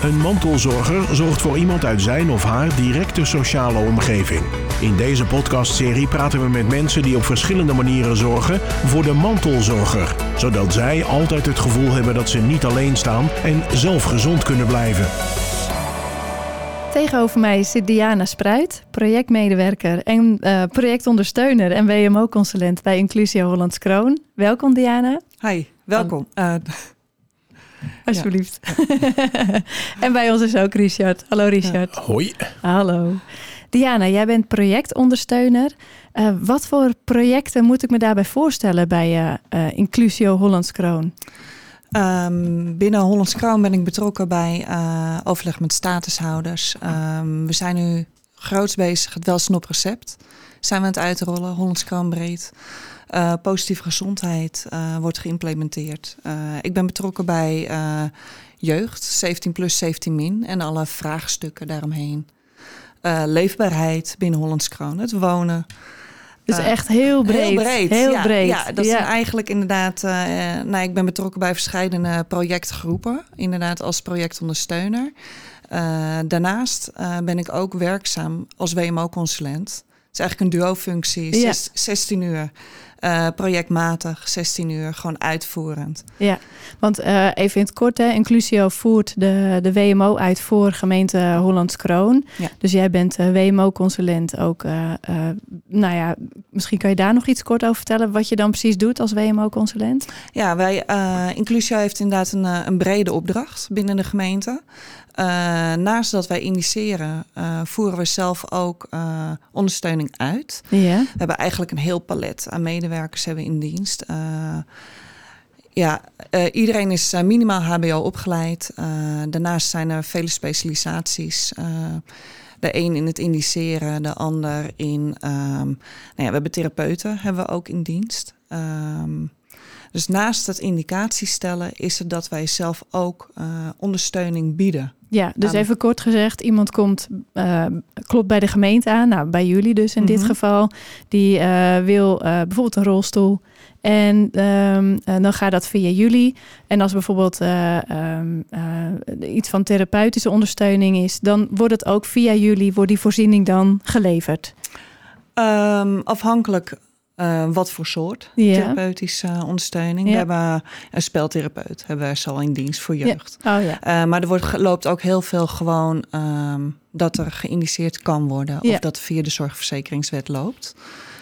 Een mantelzorger zorgt voor iemand uit zijn of haar directe sociale omgeving. In deze podcastserie praten we met mensen die op verschillende manieren zorgen voor de mantelzorger. Zodat zij altijd het gevoel hebben dat ze niet alleen staan en zelf gezond kunnen blijven. Tegenover mij zit Diana Spruit, projectmedewerker en projectondersteuner en WMO-consulent bij Inclusio Hollands Kroon. Welkom Diana. Hi, welkom. Alsjeblieft. Ja. En bij ons is ook Richard. Hallo Richard. Hoi. Hallo. Diana, jij bent projectondersteuner. Wat voor projecten moet ik me daarbij voorstellen bij Inclusio Hollands Kroon? Binnen Hollands Kroon ben ik betrokken bij overleg met statushouders. We zijn nu groots bezig, het Welzijn op Recept. Zijn we aan het uitrollen, Hollands Kroon breed. Positieve gezondheid wordt geïmplementeerd. Ik ben betrokken bij jeugd, 17 plus, 17 min en alle vraagstukken daaromheen. Leefbaarheid binnen Hollands Kroon, het wonen. Dus echt heel breed. Heel breed. Ja, dat is eigenlijk inderdaad... ik ben betrokken bij verschillende projectgroepen. Inderdaad als projectondersteuner. Daarnaast ben ik ook werkzaam als WMO-consulent. Het is eigenlijk een duo-functie. 16 uur projectmatig, 16 uur gewoon uitvoerend. Ja, want even in het kort, Inclusio voert de WMO uit voor gemeente Hollands Kroon. Ja. Dus jij bent WMO-consulent ook. Misschien kan je daar nog iets kort over vertellen wat je dan precies doet als WMO-consulent? Ja, Inclusio heeft inderdaad een brede opdracht binnen de gemeente. Naast dat wij initiëren, voeren we zelf ook ondersteuning uit. Ja. We hebben eigenlijk een heel palet aan medewerkers hebben in dienst. Iedereen is minimaal HBO opgeleid. Daarnaast zijn er vele specialisaties. De een in het indiceren, de ander in... we hebben therapeuten hebben we ook in dienst. Dus naast het indicatie stellen is het dat wij zelf ook ondersteuning bieden. Ja, dus even kort gezegd, iemand klopt bij de gemeente aan, nou bij jullie dus in dit geval, die wil bijvoorbeeld een rolstoel. En dan gaat dat via jullie. En als bijvoorbeeld iets van therapeutische ondersteuning is, dan wordt het ook via jullie, wordt die voorziening dan geleverd? Afhankelijk wat voor soort therapeutische ondersteuning. We hebben een speltherapeut, hebben wij al in dienst voor jeugd. Ja. Oh, ja. Maar loopt ook heel veel gewoon dat er geïndiceerd kan worden. Of dat via de zorgverzekeringswet loopt.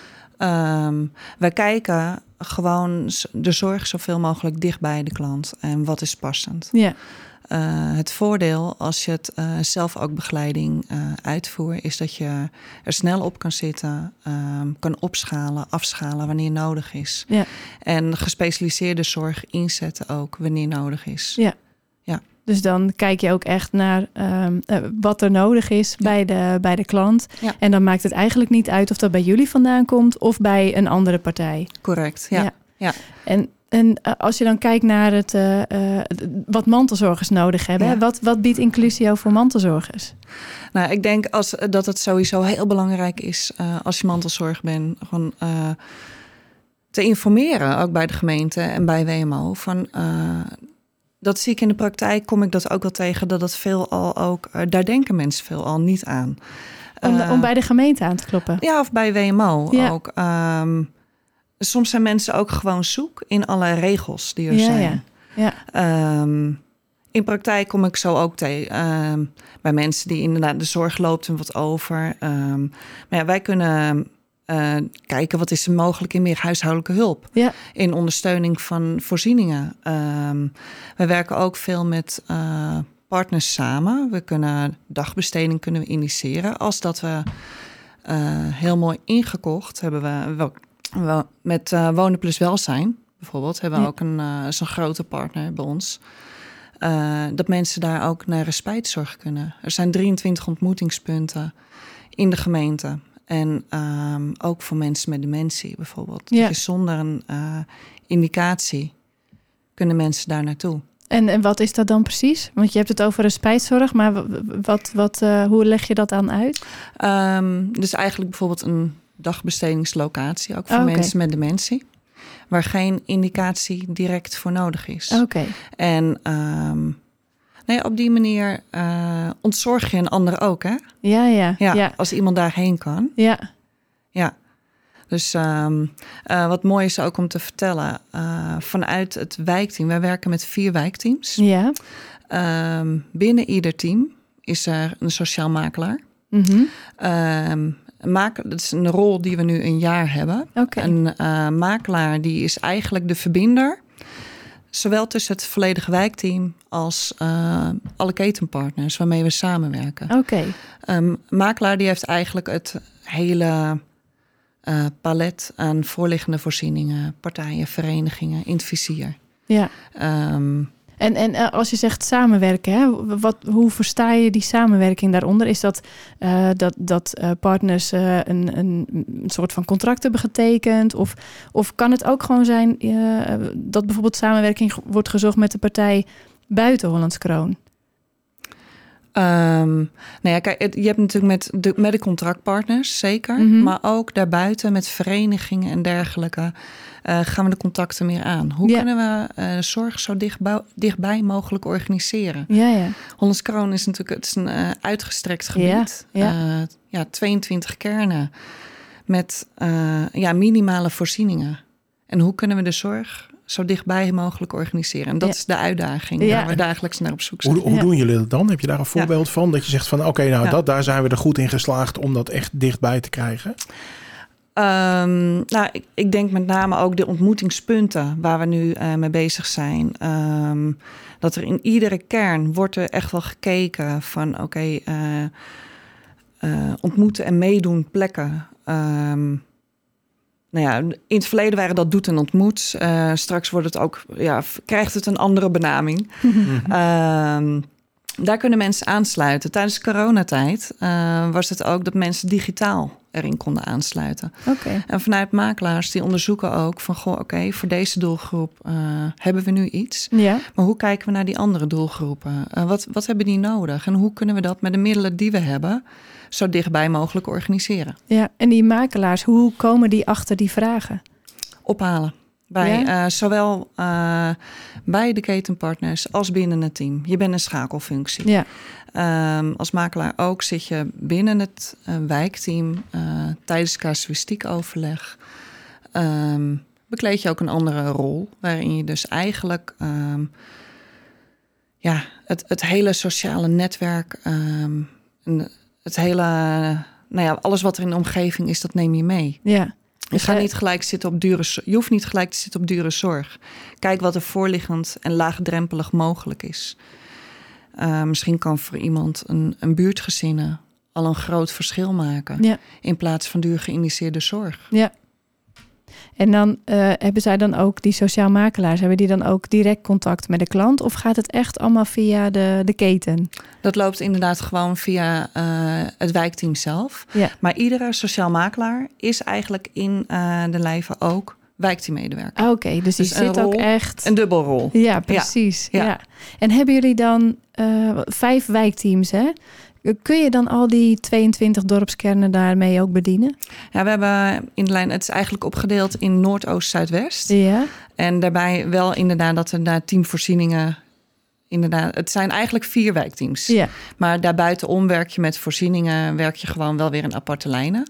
Wij kijken gewoon de zorg zoveel mogelijk dicht bij de klant. En wat is passend. Ja. Het voordeel als je het zelf ook begeleiding uitvoert, is dat je er snel op kan zitten, kan opschalen, afschalen wanneer nodig is. Ja. En gespecialiseerde zorg inzetten ook wanneer nodig is. Ja. Dus dan kijk je ook echt naar wat er nodig is bij de klant. Ja. En dan maakt het eigenlijk niet uit of dat bij jullie vandaan komt of bij een andere partij. Correct, ja. En als je dan kijkt naar wat mantelzorgers nodig hebben, wat biedt Inclusio voor mantelzorgers? Nou, ik denk dat het sowieso heel belangrijk is als je mantelzorg bent, gewoon te informeren, ook bij de gemeente en bij WMO. Dat zie ik in de praktijk, kom ik dat ook wel tegen, dat het veelal ook, daar denken mensen veelal niet aan. Om bij de gemeente aan te kloppen? Ja, of bij WMO ook. Soms zijn mensen ook gewoon zoek in alle regels die er zijn. Ja. In praktijk kom ik zo ook tegen bij mensen die inderdaad de zorg loopt en wat over. Maar wij kunnen kijken wat is er mogelijk in meer huishoudelijke hulp. Ja. In ondersteuning van voorzieningen. We werken ook veel met partners samen. We kunnen dagbesteding initiëren. Als dat we heel mooi ingekocht hebben we met Wonen plus Welzijn bijvoorbeeld hebben we ook zo'n grote partner bij ons. Dat mensen daar ook naar respijtzorg kunnen. Er zijn 23 ontmoetingspunten in de gemeente. En ook voor mensen met dementie bijvoorbeeld. Ja. Dus zonder een indicatie kunnen mensen daar naartoe. En wat is dat dan precies? Want je hebt het over respijtzorg, maar hoe leg je dat dan uit? Dus eigenlijk bijvoorbeeld een dagbestedingslocatie, ook voor mensen met dementie, waar geen indicatie direct voor nodig is. Okay. En Nee, op die manier ontzorg je een ander ook, hè? Ja. Als iemand daarheen kan. Ja. Dus wat mooi is ook om te vertellen, vanuit het wijkteam, wij werken met 4 wijkteams. Ja. Binnen ieder team is er een sociaal makelaar. Dat is een rol die we nu een jaar hebben. Okay. Een makelaar die is eigenlijk de verbinder, zowel tussen het volledige wijkteam als alle ketenpartners waarmee we samenwerken. Okay. Makelaar die heeft eigenlijk het hele palet aan voorliggende voorzieningen, partijen, verenigingen in het vizier. Ja. En als je zegt samenwerken, hè, hoe versta je die samenwerking daaronder? Is dat partners een soort van contract hebben getekend? Of kan het ook gewoon zijn dat bijvoorbeeld samenwerking wordt gezocht met de partij buiten Hollands Kroon? Kijk, je hebt natuurlijk met de contractpartners, zeker. Maar ook daarbuiten met verenigingen en dergelijke gaan we de contacten meer aan. Hoe kunnen we zorg zo dichtbij mogelijk organiseren? Ja. Hollands Kroon is natuurlijk een uitgestrekt gebied. 22 kernen met minimale voorzieningen. En hoe kunnen we de zorg zo dichtbij mogelijk organiseren? En dat is de uitdaging waar we dagelijks naar op zoek zijn. Hoe doen jullie dat dan? Heb je daar een voorbeeld van? Dat je zegt van daar zijn we er goed in geslaagd om dat echt dichtbij te krijgen? Ik denk met name ook de ontmoetingspunten waar we nu mee bezig zijn. Dat er in iedere kern wordt er echt wel gekeken van ontmoeten en meedoen plekken. In het verleden waren dat doet en ontmoet. Straks wordt het ook, krijgt het een andere benaming. Daar kunnen mensen aansluiten. Tijdens de coronatijd was het ook dat mensen digitaal erin konden aansluiten. Okay. En vanuit makelaars die onderzoeken ook van voor deze doelgroep hebben we nu iets. Ja. Maar hoe kijken we naar die andere doelgroepen? Wat hebben die nodig? En hoe kunnen we dat met de middelen die we hebben zo dichtbij mogelijk organiseren? Ja, en die makelaars, hoe komen die achter die vragen? Ophalen. Zowel bij de ketenpartners als binnen het team. Je bent een schakelfunctie. Ja. Als makelaar ook zit je binnen het wijkteam tijdens casuïstiek overleg. Bekleed je ook een andere rol, waarin je dus eigenlijk het hele sociale netwerk, het hele, alles wat er in de omgeving is, dat neem je mee. Ja. Je hoeft niet gelijk te zitten op dure zorg. Kijk wat er voorliggend en laagdrempelig mogelijk is. Misschien kan voor iemand een buurtgezinnen al een groot verschil maken. Ja. In plaats van duur geïndiceerde zorg. Ja. En dan hebben zij dan ook, die sociaal makelaars, hebben die dan ook direct contact met de klant? Of gaat het echt allemaal via de keten? Dat loopt inderdaad gewoon via het wijkteam zelf. Ja. Maar iedere sociaal makelaar is eigenlijk in de lijve ook wijkteammedewerker. Oké, dus die zit ook echt... Een dubbelrol. Ja, precies. Ja. En hebben jullie dan 5 wijkteams, hè? Kun je dan al die 22 dorpskernen daarmee ook bedienen? Ja, we hebben in de lijn, het is eigenlijk opgedeeld in Noord, Oost, Zuidwest. Ja. En daarbij wel inderdaad dat er daar teamvoorzieningen... Inderdaad, het zijn eigenlijk 4 wijkteams. Ja. Maar daarbuitenom werk je met voorzieningen, werk je gewoon wel weer in aparte lijnen.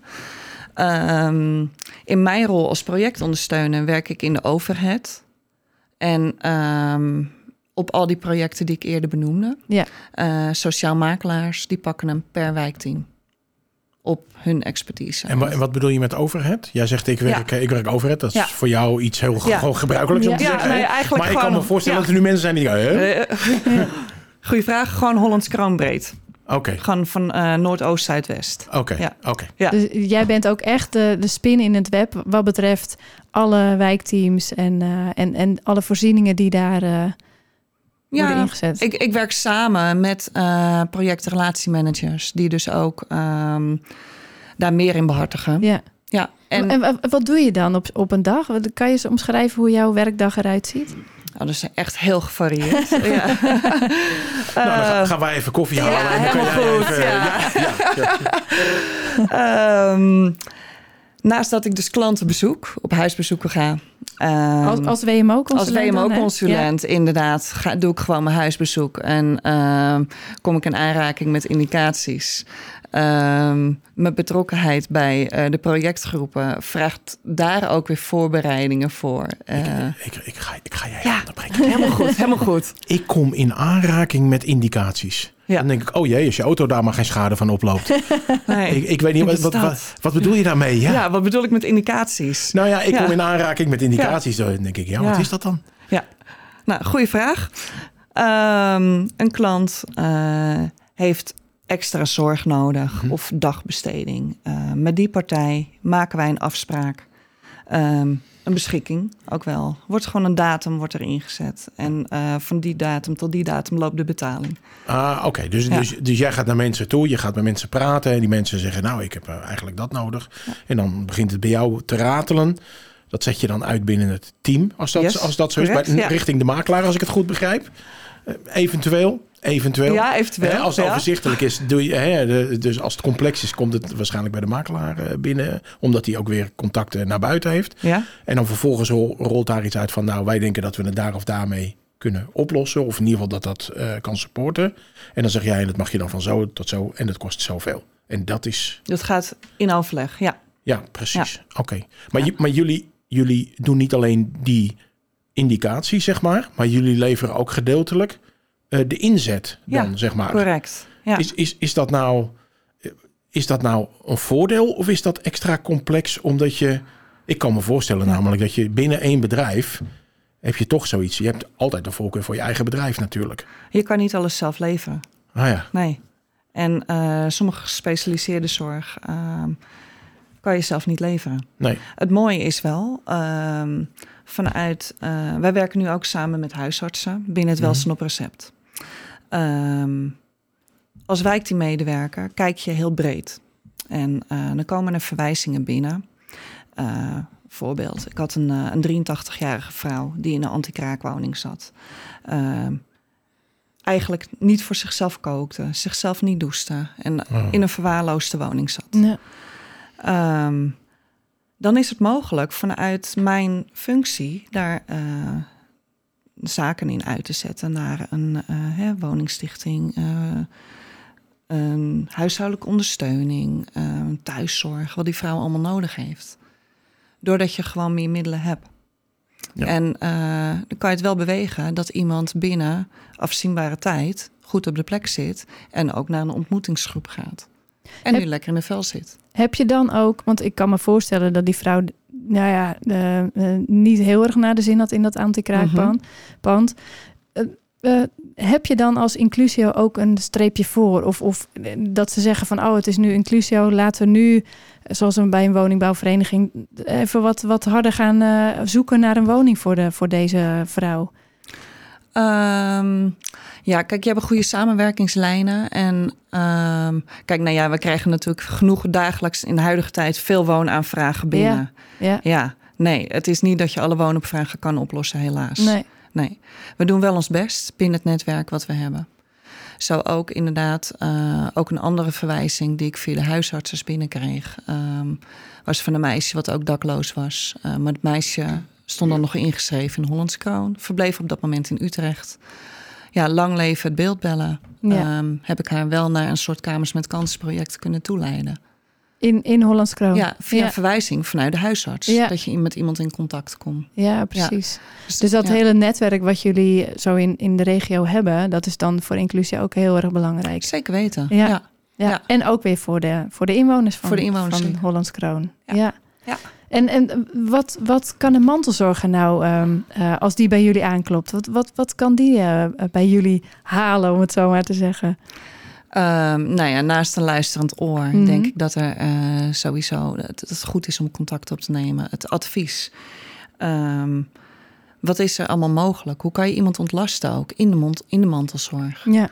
In mijn rol als projectondersteuner werk ik in de overhead. En op al die projecten die ik eerder benoemde. Ja. Sociaal makelaars, die pakken hem per wijkteam op hun expertise. En wat bedoel je met overhead? Jij zegt ik werk overhead. Dat is voor jou iets heel gewoon gebruikelijks om te zeggen. Maar ik kan me voorstellen dat er nu mensen zijn die denken... Goeie vraag. Gewoon Hollands Kroon breed. Oké. Gewoon van Noord-Oost, Zuidwest. Oké. Ja. Dus jij bent ook echt de spin in het web wat betreft alle wijkteams en alle voorzieningen die daar worden ingezet. Ik werk samen met projectrelatiemanagers die dus ook daar meer in behartigen. Ja. En wat doe je dan op een dag? Kan je eens omschrijven hoe jouw werkdag eruit ziet? Dat is echt heel gevarieerd. Ja. Dan gaan wij even koffie halen. Ja, helemaal goed. Naast dat ik dus klanten bezoek, op huisbezoeken ga... Als WMO-consulent? Als WMO-consulent, inderdaad. Doe ik gewoon mijn huisbezoek. En kom ik in aanraking met indicaties. Mijn betrokkenheid bij de projectgroepen vraagt daar ook weer voorbereidingen voor. Ik ga jij onderbreken. Helemaal goed. Ik kom in aanraking met indicaties. Ja. Dan denk ik, oh jee, als je auto daar maar geen schade van oploopt. Nee, ik weet niet, wat bedoel je daarmee? Ja, wat bedoel ik met indicaties? Nou ja, ik kom in aanraking met indicaties. Dan denk ik, wat is dat dan? Ja, nou, goede vraag. Een klant heeft extra zorg nodig of dagbesteding. Met die partij maken wij een afspraak. Een beschikking ook wel. Wordt gewoon een datum wordt erin gezet. En van die datum tot die datum loopt de betaling. Oké. Dus jij gaat naar mensen toe. Je gaat met mensen praten. En die mensen zeggen, nou, ik heb eigenlijk dat nodig. Ja. En dan begint het bij jou te ratelen. Dat zet je dan uit binnen het team. Als dat zo is. Richting de makelaar, als ik het goed begrijp. Eventueel. Ja, eventueel. Als het overzichtelijk is, doe je. Dus als het complex is, komt het waarschijnlijk bij de makelaar binnen. Omdat hij ook weer contacten naar buiten heeft. Ja. En dan vervolgens rolt daar iets uit van, nou, wij denken dat we het daar of daarmee kunnen oplossen. Of in ieder geval dat kan supporten. En dan zeg jij, dat mag je dan van zo tot zo. En dat kost zoveel. En dat is... Dat gaat in overleg, ja. Ja, precies. Ja. Oké. Maar jullie doen niet alleen die indicatie, zeg maar jullie leveren ook gedeeltelijk de inzet dan, zeg maar. Correct. Ja. Is dat nou een voordeel of is dat extra complex? Omdat ik kan me voorstellen namelijk dat je binnen één bedrijf heb je toch zoiets. Je hebt altijd de voorkeur voor je eigen bedrijf natuurlijk. Je kan niet alles zelf leveren. Ja. Nee. En sommige gespecialiseerde zorg kan je zelf niet leveren. Nee. Het mooie is wel, wij werken nu ook samen met huisartsen binnen het welzijn op recept. Als wijkteammedewerker kijk je heel breed. En dan komen er verwijzingen binnen. Voorbeeld, ik had een 83-jarige vrouw die in een anti-kraakwoning zat. Eigenlijk niet voor zichzelf kookte, zichzelf niet douchte en in een verwaarloosde woning zat. Ja. Dan is het mogelijk vanuit mijn functie daar zaken in uit te zetten naar een woningstichting, een huishoudelijke ondersteuning, thuiszorg, wat die vrouw allemaal nodig heeft. Doordat je gewoon meer middelen hebt. Ja. En dan kan je het wel bewegen dat iemand binnen afzienbare tijd goed op de plek zit en ook naar een ontmoetingsgroep gaat. En nu lekker in de vel zit. Heb je dan ook, want ik kan me voorstellen dat die vrouw niet heel erg naar de zin had in dat anti-kraakpand. Heb je dan als Inclusio ook een streepje voor? Of dat ze zeggen van, het is nu Inclusio, laten we nu, zoals bij een woningbouwvereniging, even wat harder gaan zoeken naar een woning voor deze vrouw? Ja, kijk, je hebt goede samenwerkingslijnen. En we krijgen natuurlijk genoeg dagelijks in de huidige tijd veel woonaanvragen binnen. Ja, nee, het is niet dat je alle woonopvragen kan oplossen, helaas. Nee. We doen wel ons best binnen het netwerk wat we hebben. Zo ook inderdaad, ook een andere verwijzing die ik via de huisartsen binnenkreeg, was van een meisje wat ook dakloos was. Maar het meisje stond dan nog ingeschreven in Hollandse Kroon. Verbleef op dat moment in Utrecht. Ja, lang leven het beeldbellen. Ja. Heb ik haar wel naar een soort Kamers met Kansen-project kunnen toeleiden. In Hollandse Kroon? Ja, via verwijzing vanuit de huisarts. Ja. Dat je met iemand in contact komt. Ja, precies. Ja. Dus dat hele netwerk wat jullie zo in de regio hebben, dat is dan voor inclusie ook heel erg belangrijk. Zeker weten, ja. En ook weer voor de inwoners van Hollandse Kroon. Ja. En wat kan een mantelzorger nou, als die bij jullie aanklopt? Wat kan die bij jullie halen, om het zo maar te zeggen? Naast een luisterend oor denk ik dat er sowieso het goed is om contact op te nemen. Het advies. Wat is er allemaal mogelijk? Hoe kan je iemand ontlasten ook in de mantelzorg? Ja.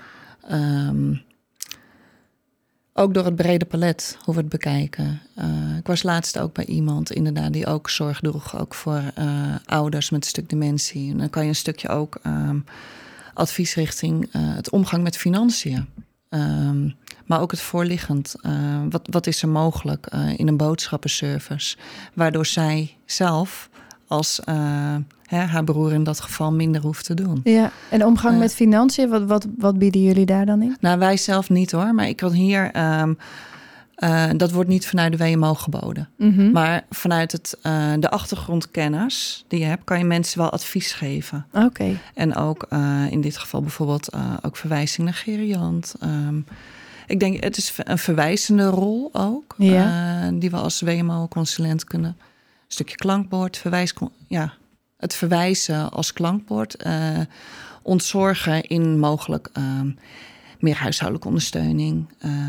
Ook door het brede palet, hoe we het bekijken. Ik was laatst ook bij iemand inderdaad die ook zorg droeg, ook voor ouders met een stuk dementie. En dan kan je een stukje ook advies richting het omgang met financiën. Maar ook het voorliggend. Wat is er mogelijk in een boodschappenservice? Waardoor zij zelf als haar broer in dat geval minder hoeft te doen. Ja, en omgang met financiën, wat bieden jullie daar dan in? Nou, wij zelf niet hoor, maar ik kan hier... dat wordt niet vanuit de WMO geboden. Mm-hmm. Maar vanuit de achtergrondkennis die je hebt, kan je mensen wel advies geven. Oké. En ook in dit geval bijvoorbeeld ook verwijzing naar geriant. Ik denk, het is een verwijzende rol ook. Ja. Die we als WMO-consulent kunnen. Een stukje klankbord, het verwijzen als klankbord. Ontzorgen in mogelijk meer huishoudelijke ondersteuning.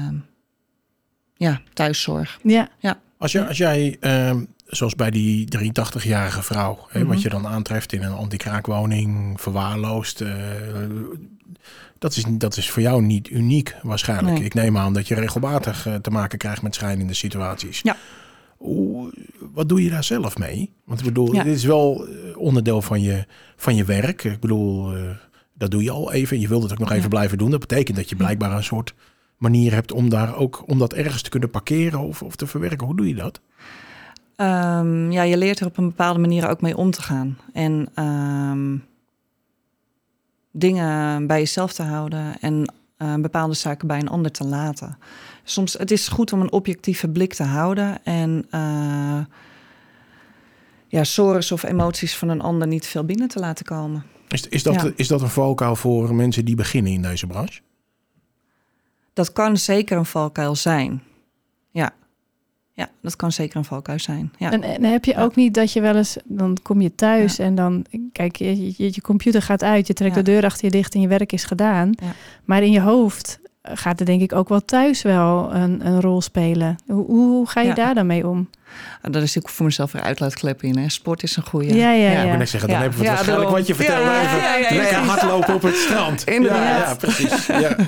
Thuiszorg. Ja. Als jij, zoals bij die 83-jarige vrouw... wat je dan aantreft in een anti-kraakwoning, verwaarloosd... Dat is voor jou niet uniek waarschijnlijk. Nee. Ik neem aan dat je regelmatig te maken krijgt met schrijnende situaties. Ja. Wat doe je daar zelf mee? Want ik bedoel, dit is wel onderdeel van je werk. Ik bedoel, dat doe je al even. Je wilt het ook nog even blijven doen. Dat betekent dat je blijkbaar een soort manier hebt om dat ergens te kunnen parkeren of te verwerken. Hoe doe je dat? Je leert er op een bepaalde manier ook mee om te gaan. En dingen bij jezelf te houden en bepaalde zaken bij een ander te laten. Soms het is goed om een objectieve blik te houden en sores of emoties van een ander niet veel binnen te laten komen. Is dat een valkuil voor mensen die beginnen in deze branche? Dat kan zeker een valkuil zijn. Ja, dat kan zeker een valkuil zijn. Ja. En heb je ook niet dat je wel eens... Dan kom je thuis en dan... Kijk, je computer gaat uit. Je trekt de deur achter je dicht en je werk is gedaan. Ja. Maar in je hoofd gaat er denk ik ook wel thuis wel een rol spelen. Hoe ga je daar dan mee om? Dat is ook voor mezelf weer uitlaatklep in. Hè? Sport is een goede. Ja. Ik moet net zeggen, dan hebben we het waarschijnlijk wat je vertelde. Even lekker hardlopen op het strand. Inderdaad. Ja, precies.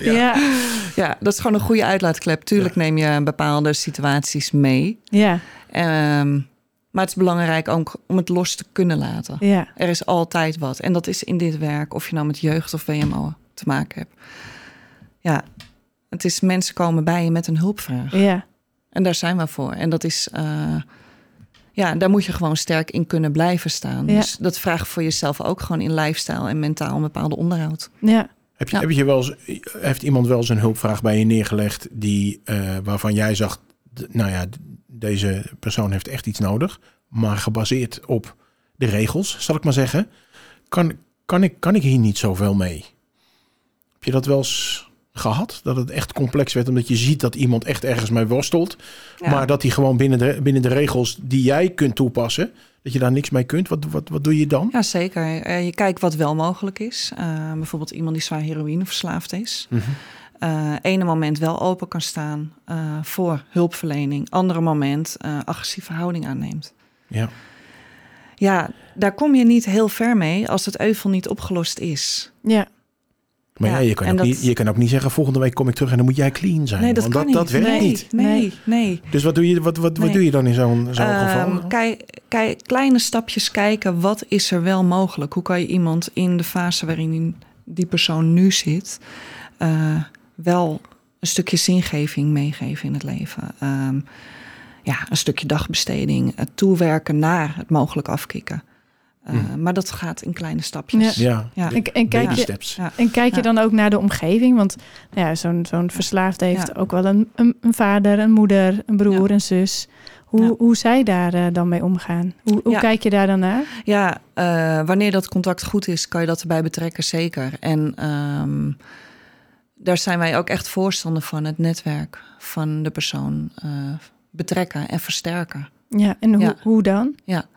Ja, dat is gewoon een goede uitlaatklep. Tuurlijk neem je bepaalde situaties mee. Ja. Maar het is belangrijk ook om het los te kunnen laten. Ja. Er is altijd wat. En dat is in dit werk, of je nou met jeugd of WMO te maken hebt. Ja, het is mensen komen bij je met een hulpvraag. Ja. En daar zijn we voor. En dat is, daar moet je gewoon sterk in kunnen blijven staan. Ja. Dus dat vraagt voor jezelf ook gewoon in lifestyle en mentaal een bepaalde onderhoud. Ja. Heeft iemand wel eens een hulpvraag bij je neergelegd die waarvan jij zag, deze persoon heeft echt iets nodig, maar gebaseerd op de regels, zal ik maar zeggen, kan ik hier niet zoveel mee? Heb je dat wel eens gehad? Dat het echt complex werd omdat je ziet dat iemand echt ergens mee worstelt, maar dat hij gewoon binnen de regels die jij kunt toepassen, dat je daar niks mee kunt. Wat doe je dan? Ja, zeker. Je kijkt wat wel mogelijk is. Bijvoorbeeld iemand die zwaar heroïneverslaafd is. Mm-hmm. Ene moment wel open kan staan voor hulpverlening. Andere moment agressieve houding aanneemt. Ja. Ja, daar kom je niet heel ver mee als het euvel niet opgelost is. Ja. Maar je kan ook niet zeggen, volgende week kom ik terug en dan moet jij clean zijn. Nee, dat werkt niet. Nee. Dus wat doe je dan in zo'n geval? Kijk, kleine stapjes kijken, wat is er wel mogelijk? Hoe kan je iemand in de fase waarin die persoon nu zit, wel een stukje zingeving meegeven in het leven? Een stukje dagbesteding, toewerken naar het mogelijk afkicken. Maar dat gaat in kleine stapjes. Ja. En kijk je dan ook naar de omgeving? Want zo'n verslaafde heeft ook wel een vader, een moeder, een broer, een zus. Hoe zij daar dan mee omgaan? Hoe kijk je daar dan naar? Ja, wanneer dat contact goed is, kan je dat erbij betrekken, zeker. En daar zijn wij ook echt voorstander van, het netwerk van de persoon betrekken en versterken. Ja, en hoe dan?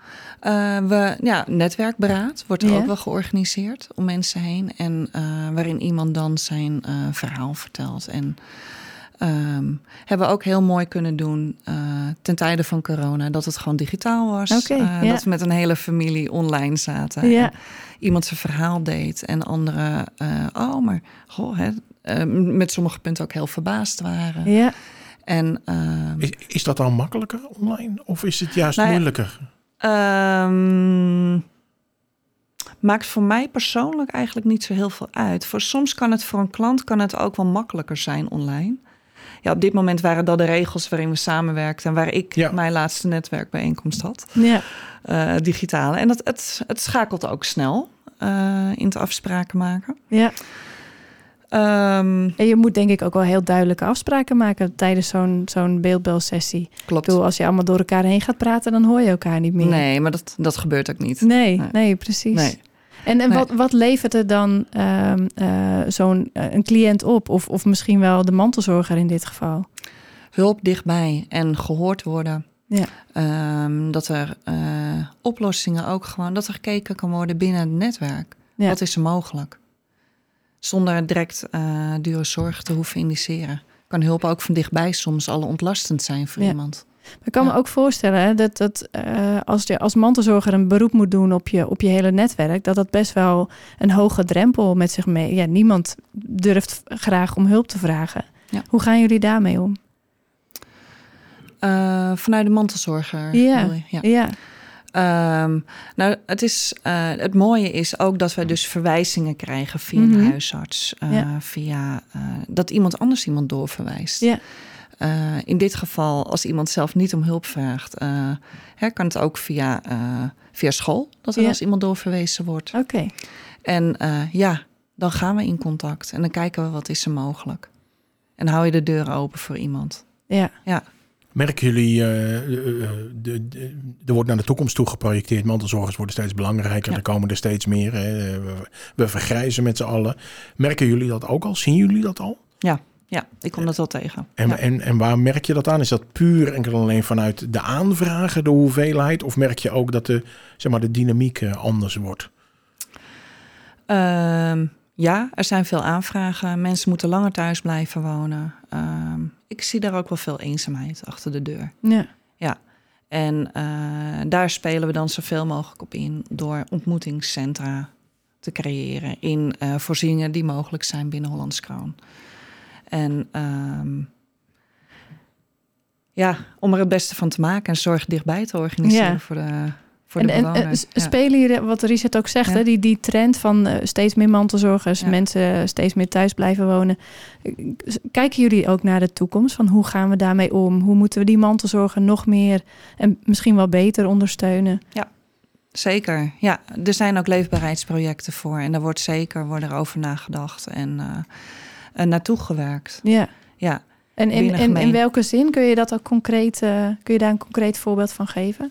Netwerkberaad wordt er ook wel georganiseerd om mensen heen. En waarin iemand dan zijn verhaal vertelt. En hebben we ook heel mooi kunnen doen ten tijde van corona. Dat het gewoon digitaal was. Dat we met een hele familie online zaten. Ja. En iemand zijn verhaal deed. En anderen, met sommige punten ook heel verbaasd waren. Ja. En, is dat dan makkelijker online? Of is het juist moeilijker? Maakt voor mij persoonlijk eigenlijk niet zo heel veel uit. Soms kan het voor een klant ook wel makkelijker zijn online. op dit moment waren dat de regels waarin we samenwerkten... en waar ik mijn laatste netwerkbijeenkomst had. Ja. Digitale. En het schakelt ook snel in het afspraken maken. Ja. En je moet denk ik ook wel heel duidelijke afspraken maken... tijdens zo'n beeldbelsessie. Klopt. Ik bedoel, als je allemaal door elkaar heen gaat praten... dan hoor je elkaar niet meer. Nee, maar dat gebeurt ook niet. Nee, precies. Nee. En wat levert er dan een cliënt op? Of misschien wel de mantelzorger in dit geval? Hulp dichtbij en gehoord worden. Ja. Dat er oplossingen ook gewoon... dat er gekeken kan worden binnen het netwerk. Ja. Wat is er mogelijk? Zonder direct dure zorg te hoeven indiceren. Kan hulp ook van dichtbij soms al ontlastend zijn voor iemand. Ik kan me ook voorstellen dat als je als mantelzorger een beroep moet doen op je hele netwerk... dat best wel een hoge drempel met zich mee... Ja, niemand durft graag om hulp te vragen. Ja. Hoe gaan jullie daarmee om? Vanuit de mantelzorger. Ja. Nou, het mooie is ook dat wij dus verwijzingen krijgen via een huisarts. Via dat iemand anders iemand doorverwijst. Ja. In dit geval, als iemand zelf niet om hulp vraagt... kan het ook via school, dat er als iemand doorverwezen wordt. Oké. En dan gaan we in contact en dan kijken we wat is er mogelijk. En hou je de deur open voor iemand. Ja. Merken jullie, er wordt naar de toekomst toe geprojecteerd. Mantelzorgers worden steeds belangrijker. Er komen er steeds meer. We vergrijzen met z'n allen. Merken jullie dat ook al? Zien jullie dat al? Ja, ik kom dat wel tegen. En waar merk je dat aan? Is dat puur enkel alleen vanuit de aanvragen, de hoeveelheid? Of merk je ook dat de dynamiek anders wordt? Ja, er zijn veel aanvragen. Mensen moeten langer thuis blijven wonen. Ik zie daar ook wel veel eenzaamheid achter de deur. Ja. En daar spelen we dan zoveel mogelijk op in... door ontmoetingscentra te creëren... in voorzieningen die mogelijk zijn binnen Hollands Kroon. En om er het beste van te maken... en zorg dichtbij te organiseren voor de bewoners. Spelen jullie, wat Richard ook zegt... Die trend van steeds meer mantelzorgers... mensen steeds meer thuis blijven wonen... kijken jullie ook naar de toekomst? Van hoe gaan we daarmee om? Hoe moeten we die mantelzorger nog meer... en misschien wel beter ondersteunen? Ja, zeker. Ja, er zijn ook leefbaarheidsprojecten voor... en daar worden er over nagedacht... en naartoe gewerkt. Ja. En in welke zin kun je dat ook concreet? Kun je daar een concreet voorbeeld van geven?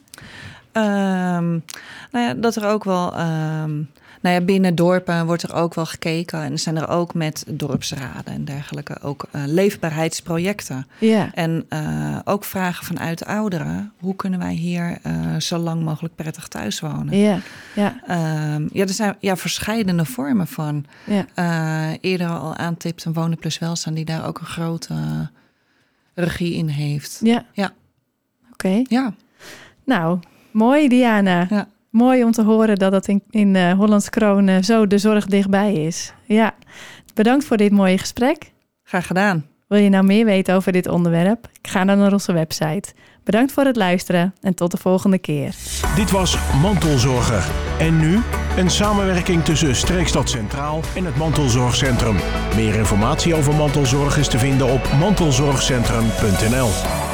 Dat er ook wel... binnen dorpen wordt er ook wel gekeken. En zijn er ook met dorpsraden en dergelijke ook leefbaarheidsprojecten. Ja. En ook vragen vanuit de ouderen. Hoe kunnen wij hier zo lang mogelijk prettig thuis wonen? Ja. Er zijn verscheidene vormen van. Ja. Eerder al aantipte Wonen Plus Welzijn... die daar ook een grote regie in heeft. Ja. Oké. Ja. Nou... Mooi, Diana. Ja. Mooi om te horen dat het in Hollands Kroon zo de zorg dichtbij is. Ja, bedankt voor dit mooie gesprek. Graag gedaan. Wil je nou meer weten over dit onderwerp? Ga dan naar onze website. Bedankt voor het luisteren en tot de volgende keer. Dit was Mantelzorger. En nu een samenwerking tussen Streekstad Centraal en het Mantelzorgcentrum. Meer informatie over mantelzorg is te vinden op mantelzorgcentrum.nl.